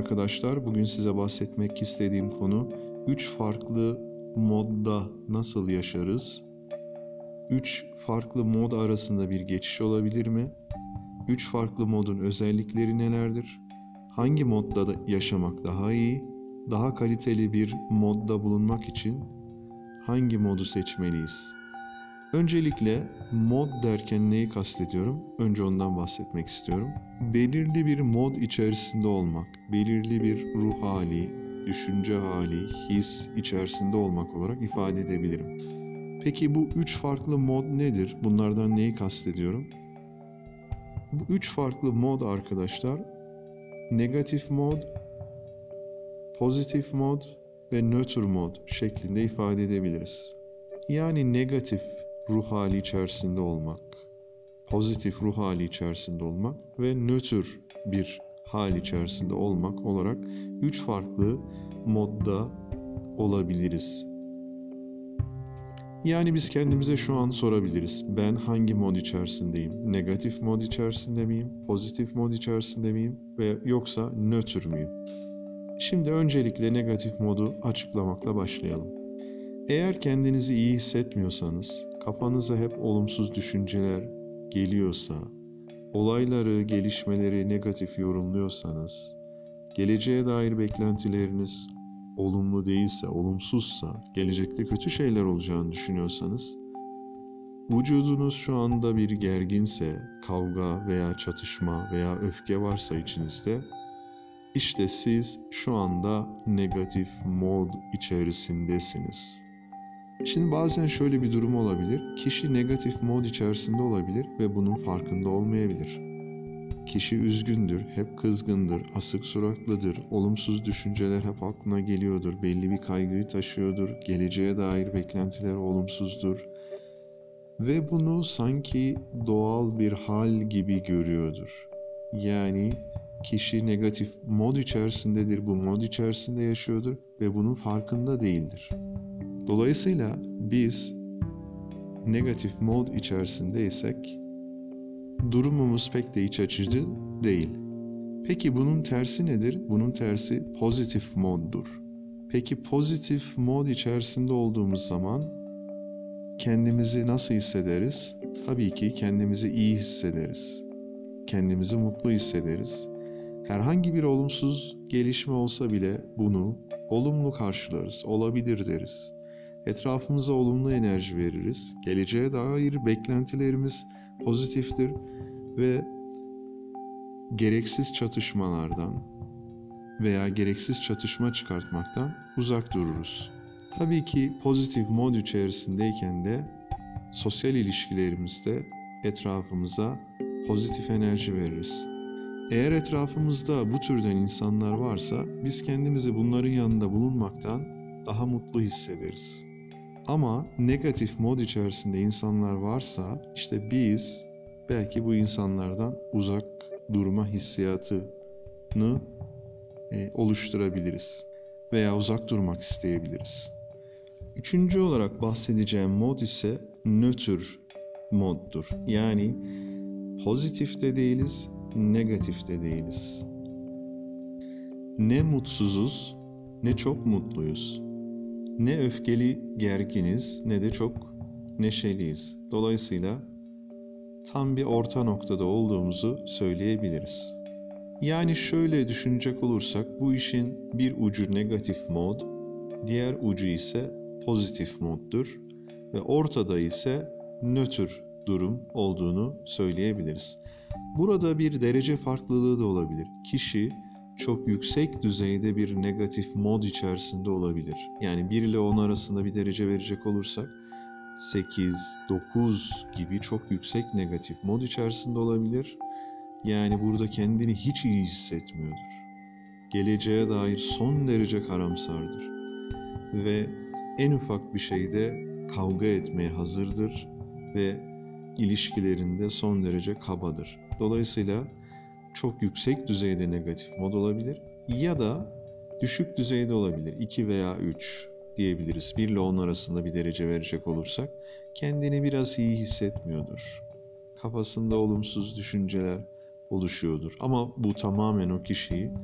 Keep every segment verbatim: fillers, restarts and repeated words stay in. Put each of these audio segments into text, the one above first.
arkadaşlar. Bugün size bahsetmek istediğim konu üç farklı modda nasıl yaşarız? üç farklı mod arasında bir geçiş olabilir mi? üç farklı modun özellikleri nelerdir? Hangi modda da yaşamak daha iyi? Daha kaliteli bir modda bulunmak için hangi modu seçmeliyiz? Öncelikle mod derken neyi kastediyorum? Önce ondan bahsetmek istiyorum. Belirli bir mod içerisinde olmak, belirli bir ruh hali, düşünce hali, his içerisinde olmak olarak ifade edebilirim. Peki bu üç farklı mod nedir? Bunlardan neyi kastediyorum? Bu üç farklı mod arkadaşlar, negatif mod, pozitif mod ve nötr mod şeklinde ifade edebiliriz. Yani negatif ruh hali içerisinde olmak, pozitif ruh hali içerisinde olmak ve nötr bir hal içerisinde olmak olarak üç farklı modda olabiliriz. Yani biz kendimize şu an sorabiliriz. Ben hangi mod içerisindeyim? Negatif mod içerisinde miyim? Pozitif mod içerisinde miyim? Ve yoksa nötr müyüm? Şimdi öncelikle negatif modu açıklamakla başlayalım. Eğer kendinizi iyi hissetmiyorsanız, kafanıza hep olumsuz düşünceler geliyorsa, olayları, gelişmeleri negatif yorumluyorsanız, geleceğe dair beklentileriniz olumlu değilse, olumsuzsa, gelecekte kötü şeyler olacağını düşünüyorsanız, vücudunuz şu anda bir gerginse, kavga veya çatışma veya öfke varsa içinizde, işte siz şu anda negatif mod içerisindesiniz. Şimdi bazen şöyle bir durum olabilir. Kişi negatif mod içerisinde olabilir ve bunun farkında olmayabilir. Kişi üzgündür, hep kızgındır, asık suratlıdır, olumsuz düşünceler hep aklına geliyordur, belli bir kaygıyı taşıyordur, geleceğe dair beklentiler olumsuzdur ve bunu sanki doğal bir hal gibi görüyordur. Yani kişi negatif mod içerisindedir, bu mod içerisinde yaşıyordur ve bunun farkında değildir. Dolayısıyla biz negatif mod içerisindeysek durumumuz pek de iç açıcı değil. Peki bunun tersi nedir? Bunun tersi pozitif moddur. Peki pozitif mod içerisinde olduğumuz zaman kendimizi nasıl hissederiz? Tabii ki kendimizi iyi hissederiz. Kendimizi mutlu hissederiz. Herhangi bir olumsuz gelişme olsa bile bunu olumlu karşılarız, olabilir deriz. Etrafımıza olumlu enerji veririz. Geleceğe dair beklentilerimiz pozitiftir ve gereksiz çatışmalardan veya gereksiz çatışma çıkartmaktan uzak dururuz. Tabii ki pozitif mod içerisindeyken de sosyal ilişkilerimizde etrafımıza pozitif enerji veririz. Eğer etrafımızda bu türden insanlar varsa biz kendimizi bunların yanında bulunmaktan daha mutlu hissederiz. Ama negatif mod içerisinde insanlar varsa işte biz belki bu insanlardan uzak durma hissiyatını e, oluşturabiliriz veya uzak durmak isteyebiliriz. Üçüncü olarak bahsedeceğim mod ise nötr moddur. Yani pozitif de değiliz, negatif de değiliz. Ne mutsuzuz, ne çok mutluyuz. Ne öfkeli gerginiz, ne de çok neşeliyiz. Dolayısıyla tam bir orta noktada olduğumuzu söyleyebiliriz. Yani şöyle düşünecek olursak bu işin bir ucu negatif mod, diğer ucu ise pozitif moddur ve ortada ise nötr durum olduğunu söyleyebiliriz. Burada bir derece farklılığı da olabilir. Kişi çok yüksek düzeyde bir negatif mod içerisinde olabilir. Yani bir ile on arasında bir derece verecek olursak sekiz, dokuz gibi çok yüksek negatif mod içerisinde olabilir. Yani burada kendini hiç iyi hissetmiyordur. Geleceğe dair son derece karamsardır. Ve en ufak bir şeyde kavga etmeye hazırdır ve ilişkilerinde son derece kabadır. Dolayısıyla çok yüksek düzeyde negatif mod olabilir ya da düşük düzeyde olabilir. iki veya üç diyebiliriz. bir ile on arasında bir derece verecek olursak kendini biraz iyi hissetmiyordur. Kafasında olumsuz düşünceler oluşuyordur. Ama bu tamamen o kişiyi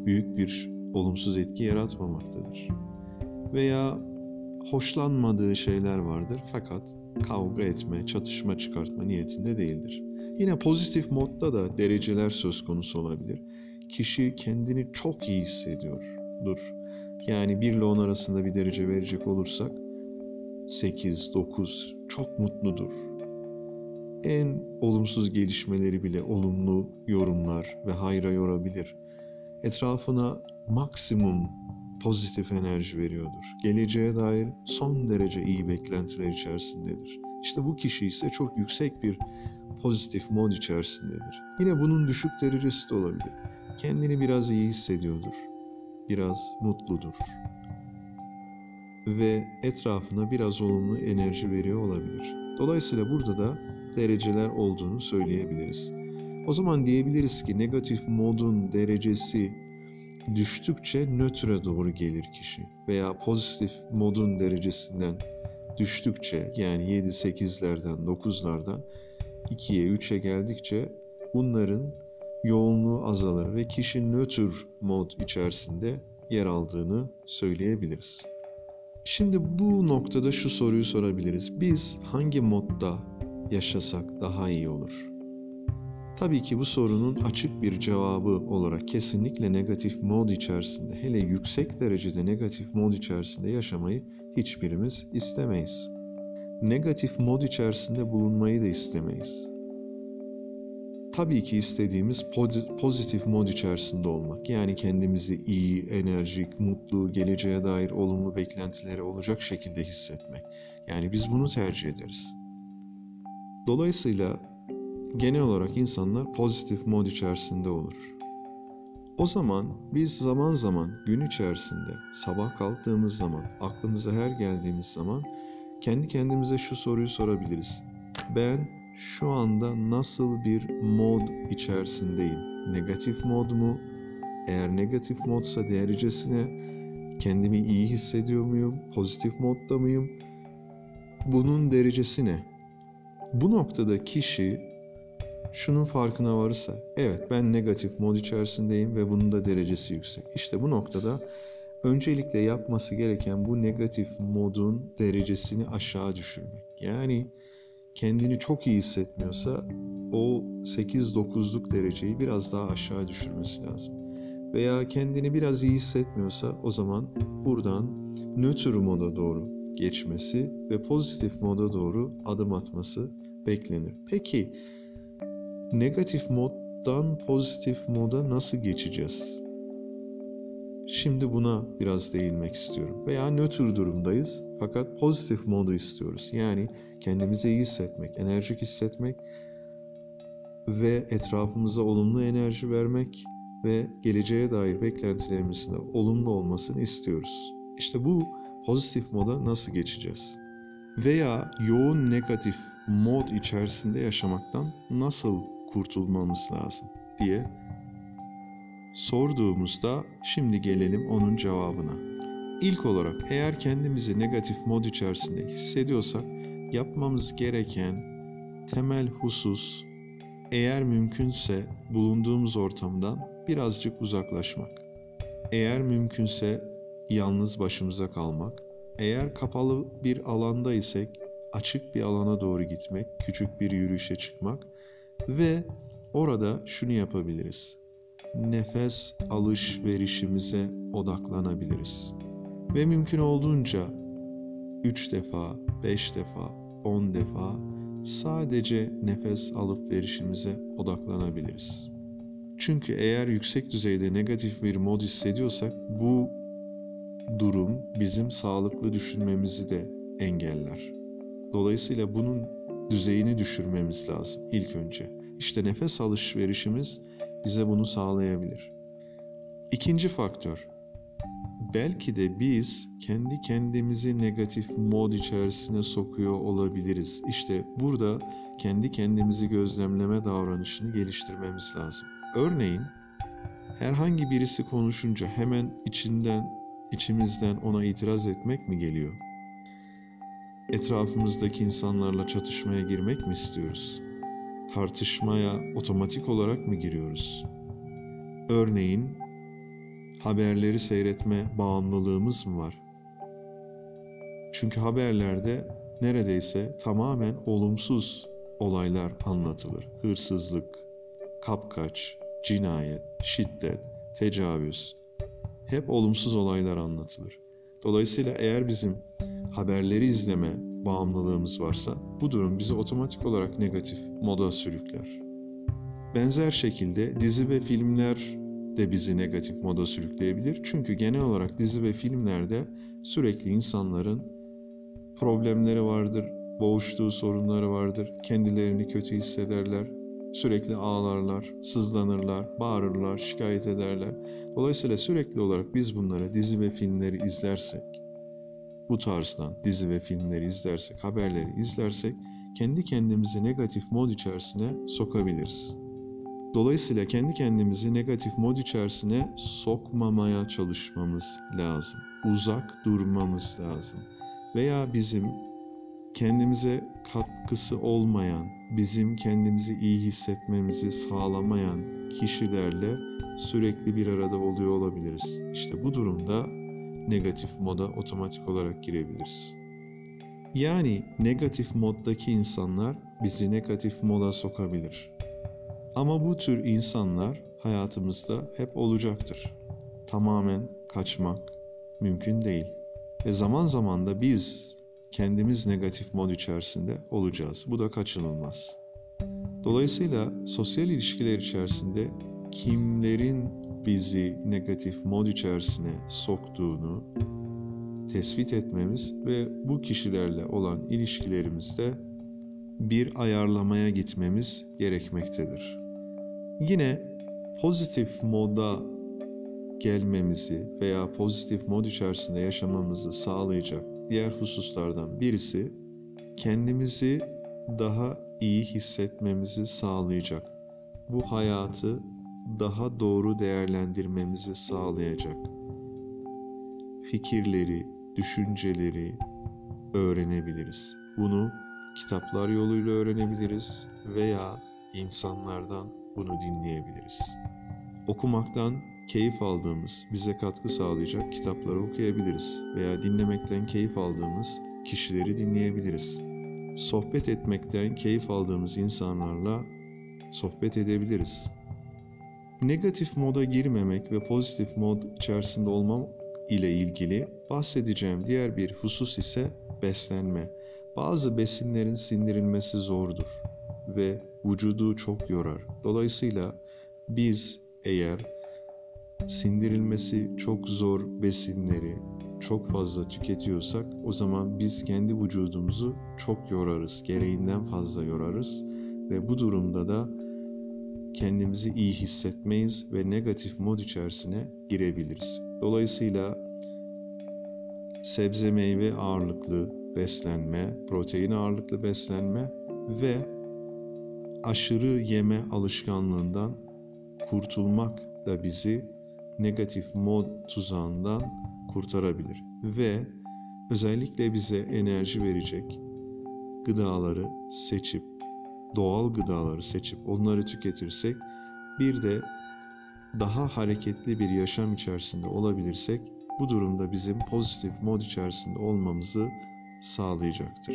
büyük bir olumsuz etki yaratmamaktadır. Veya hoşlanmadığı şeyler vardır fakat kavga etme, çatışma çıkartma niyetinde değildir. Yine pozitif modda da dereceler söz konusu olabilir. Kişi kendini çok iyi hissediyordur. Yani bir ile on arasında bir derece verecek olursak sekiz, dokuz çok mutludur. En olumsuz gelişmeleri bile olumlu yorumlar ve hayra yorabilir. Etrafına maksimum pozitif enerji veriyordur. Geleceğe dair son derece iyi beklentiler içerisindedir. İşte bu kişi ise çok yüksek bir pozitif mod içerisindedir. Yine bunun düşük derecesi de olabilir. Kendini biraz iyi hissediyordur. Biraz mutludur. Ve etrafına biraz olumlu enerji veriyor olabilir. Dolayısıyla burada da dereceler olduğunu söyleyebiliriz. O zaman diyebiliriz ki negatif modun derecesi düştükçe nötre doğru gelir kişi. Veya pozitif modun derecesinden düştükçe yani yedi sekizlerden dokuzlardan ikiye üçe geldikçe bunların yoğunluğu azalır ve kişi nötr mod içerisinde yer aldığını söyleyebiliriz. Şimdi bu noktada şu soruyu sorabiliriz. Biz hangi modda yaşasak daha iyi olur? Tabii ki bu sorunun açık bir cevabı olarak kesinlikle negatif mod içerisinde, hele yüksek derecede negatif mod içerisinde yaşamayı hiçbirimiz istemeyiz. Negatif mod içerisinde bulunmayı da istemeyiz. Tabii ki istediğimiz pozitif mod içerisinde olmak. Yani kendimizi iyi, enerjik, mutlu, geleceğe dair olumlu beklentileri olacak şekilde hissetmek. Yani biz bunu tercih ederiz. Dolayısıyla genel olarak insanlar pozitif mod içerisinde olur. O zaman biz zaman zaman gün içerisinde sabah kalktığımız zaman, aklımıza her geldiğimiz zaman kendi kendimize şu soruyu sorabiliriz. Ben şu anda nasıl bir mod içerisindeyim? Negatif mod mu? Eğer negatif modsa derecesine kendimi iyi hissediyor muyum? Pozitif modda mıyım? Bunun derecesi ne? Bu noktada kişi şunun farkına varırsa, evet ben negatif mod içerisindeyim ve bunun da derecesi yüksek. İşte bu noktada öncelikle yapması gereken bu negatif modun derecesini aşağı düşürmek. Yani kendini çok iyi hissetmiyorsa o sekiz dokuzluk dereceyi biraz daha aşağı düşürmesi lazım. Veya kendini biraz iyi hissetmiyorsa o zaman buradan nötr moda doğru geçmesi ve pozitif moda doğru adım atması beklenir. Peki negatif moddan pozitif moda nasıl geçeceğiz? Şimdi buna biraz değinmek istiyorum. Veya nötr durumdayız fakat pozitif modu istiyoruz. Yani kendimizi iyi hissetmek, enerjik hissetmek ve etrafımıza olumlu enerji vermek ve geleceğe dair beklentilerimizin de olumlu olmasını istiyoruz. İşte bu pozitif moda nasıl geçeceğiz? Veya yoğun negatif mod içerisinde yaşamaktan nasıl kurtulmamız lazım diye sorduğumuzda şimdi gelelim onun cevabına. İlk olarak eğer kendimizi negatif mod içerisinde hissediyorsak yapmamız gereken temel husus eğer mümkünse bulunduğumuz ortamdan birazcık uzaklaşmak. Eğer mümkünse yalnız başımıza kalmak. Eğer kapalı bir alanda isek açık bir alana doğru gitmek, küçük bir yürüyüşe çıkmak ve orada şunu yapabiliriz. Nefes alışverişimize odaklanabiliriz. Ve mümkün olduğunca üç defa, beş defa, on defa sadece nefes alıp verişimize odaklanabiliriz. Çünkü eğer yüksek düzeyde negatif bir mod hissediyorsak bu durum bizim sağlıklı düşünmemizi de engeller. Dolayısıyla bunun düzeyini düşürmemiz lazım ilk önce. İşte nefes alışverişimiz bize bunu sağlayabilir. İkinci faktör, belki de biz kendi kendimizi negatif mod içerisine sokuyor olabiliriz. İşte burada kendi kendimizi gözlemleme davranışını geliştirmemiz lazım. Örneğin herhangi birisi konuşunca hemen içinden, içimizden ona itiraz etmek mi geliyor? Etrafımızdaki insanlarla çatışmaya girmek mi istiyoruz? Tartışmaya otomatik olarak mı giriyoruz? Örneğin haberleri seyretme bağımlılığımız mı var? Çünkü haberlerde neredeyse tamamen olumsuz olaylar anlatılır. Hırsızlık, kapkaç, cinayet, şiddet, tecavüz. Hep olumsuz olaylar anlatılır. Dolayısıyla eğer bizim haberleri izleme bağımlılığımız varsa bu durum bizi otomatik olarak negatif moda sürükler. Benzer şekilde dizi ve filmler de bizi negatif moda sürükleyebilir. Çünkü genel olarak dizi ve filmlerde sürekli insanların problemleri vardır, boğuştuğu sorunları vardır, kendilerini kötü hissederler, sürekli ağlarlar, sızlanırlar, bağırırlar, şikayet ederler. Dolayısıyla sürekli olarak biz bunları dizi ve filmleri izlersek, bu tarzdan dizi ve filmleri izlersek, haberleri izlersek kendi kendimizi negatif mod içerisine sokabiliriz. Dolayısıyla kendi kendimizi negatif mod içerisine sokmamaya çalışmamız lazım. Uzak durmamız lazım. Veya bizim kendimize katkısı olmayan, bizim kendimizi iyi hissetmemizi sağlamayan kişilerle sürekli bir arada oluyor olabiliriz. İşte bu durumda negatif moda otomatik olarak girebiliriz. Yani negatif moddaki insanlar bizi negatif moda sokabilir. Ama bu tür insanlar hayatımızda hep olacaktır. Tamamen kaçmak mümkün değil. Ve zaman zaman da biz kendimiz negatif mod içerisinde olacağız. Bu da kaçınılmaz. Dolayısıyla sosyal ilişkiler içerisinde kimlerin bizi negatif mod içerisine soktuğunu tespit etmemiz ve bu kişilerle olan ilişkilerimizde bir ayarlamaya gitmemiz gerekmektedir. Yine pozitif moda gelmemizi veya pozitif mod içerisinde yaşamamızı sağlayacak diğer hususlardan birisi kendimizi daha iyi hissetmemizi sağlayacak. Bu hayatı daha doğru değerlendirmemizi sağlayacak fikirleri, düşünceleri öğrenebiliriz. Bunu kitaplar yoluyla öğrenebiliriz veya insanlardan bunu dinleyebiliriz. Okumaktan keyif aldığımız, bize katkı sağlayacak kitapları okuyabiliriz veya dinlemekten keyif aldığımız kişileri dinleyebiliriz. Sohbet etmekten keyif aldığımız insanlarla sohbet edebiliriz. Negatif moda girmemek ve pozitif mod içerisinde olmam ile ilgili bahsedeceğim diğer bir husus ise beslenme. Bazı besinlerin sindirilmesi zordur ve vücudu çok yorar. Dolayısıyla biz eğer sindirilmesi çok zor besinleri çok fazla tüketiyorsak o zaman biz kendi vücudumuzu çok yorarız, gereğinden fazla yorarız ve bu durumda da kendimizi iyi hissetmeyiz ve negatif mod içerisine girebiliriz. Dolayısıyla sebze meyve ağırlıklı beslenme, protein ağırlıklı beslenme ve aşırı yeme alışkanlığından kurtulmak da bizi negatif mod tuzağından kurtarabilir. Ve özellikle bize enerji verecek gıdaları seçip, doğal gıdaları seçip onları tüketirsek, bir de daha hareketli bir yaşam içerisinde olabilirsek, bu durumda bizim pozitif mod içerisinde olmamızı sağlayacaktır.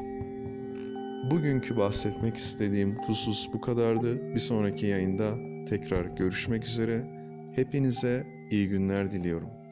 Bugünkü bahsetmek istediğim husus bu kadardı. Bir sonraki yayında tekrar görüşmek üzere. Hepinize iyi günler diliyorum.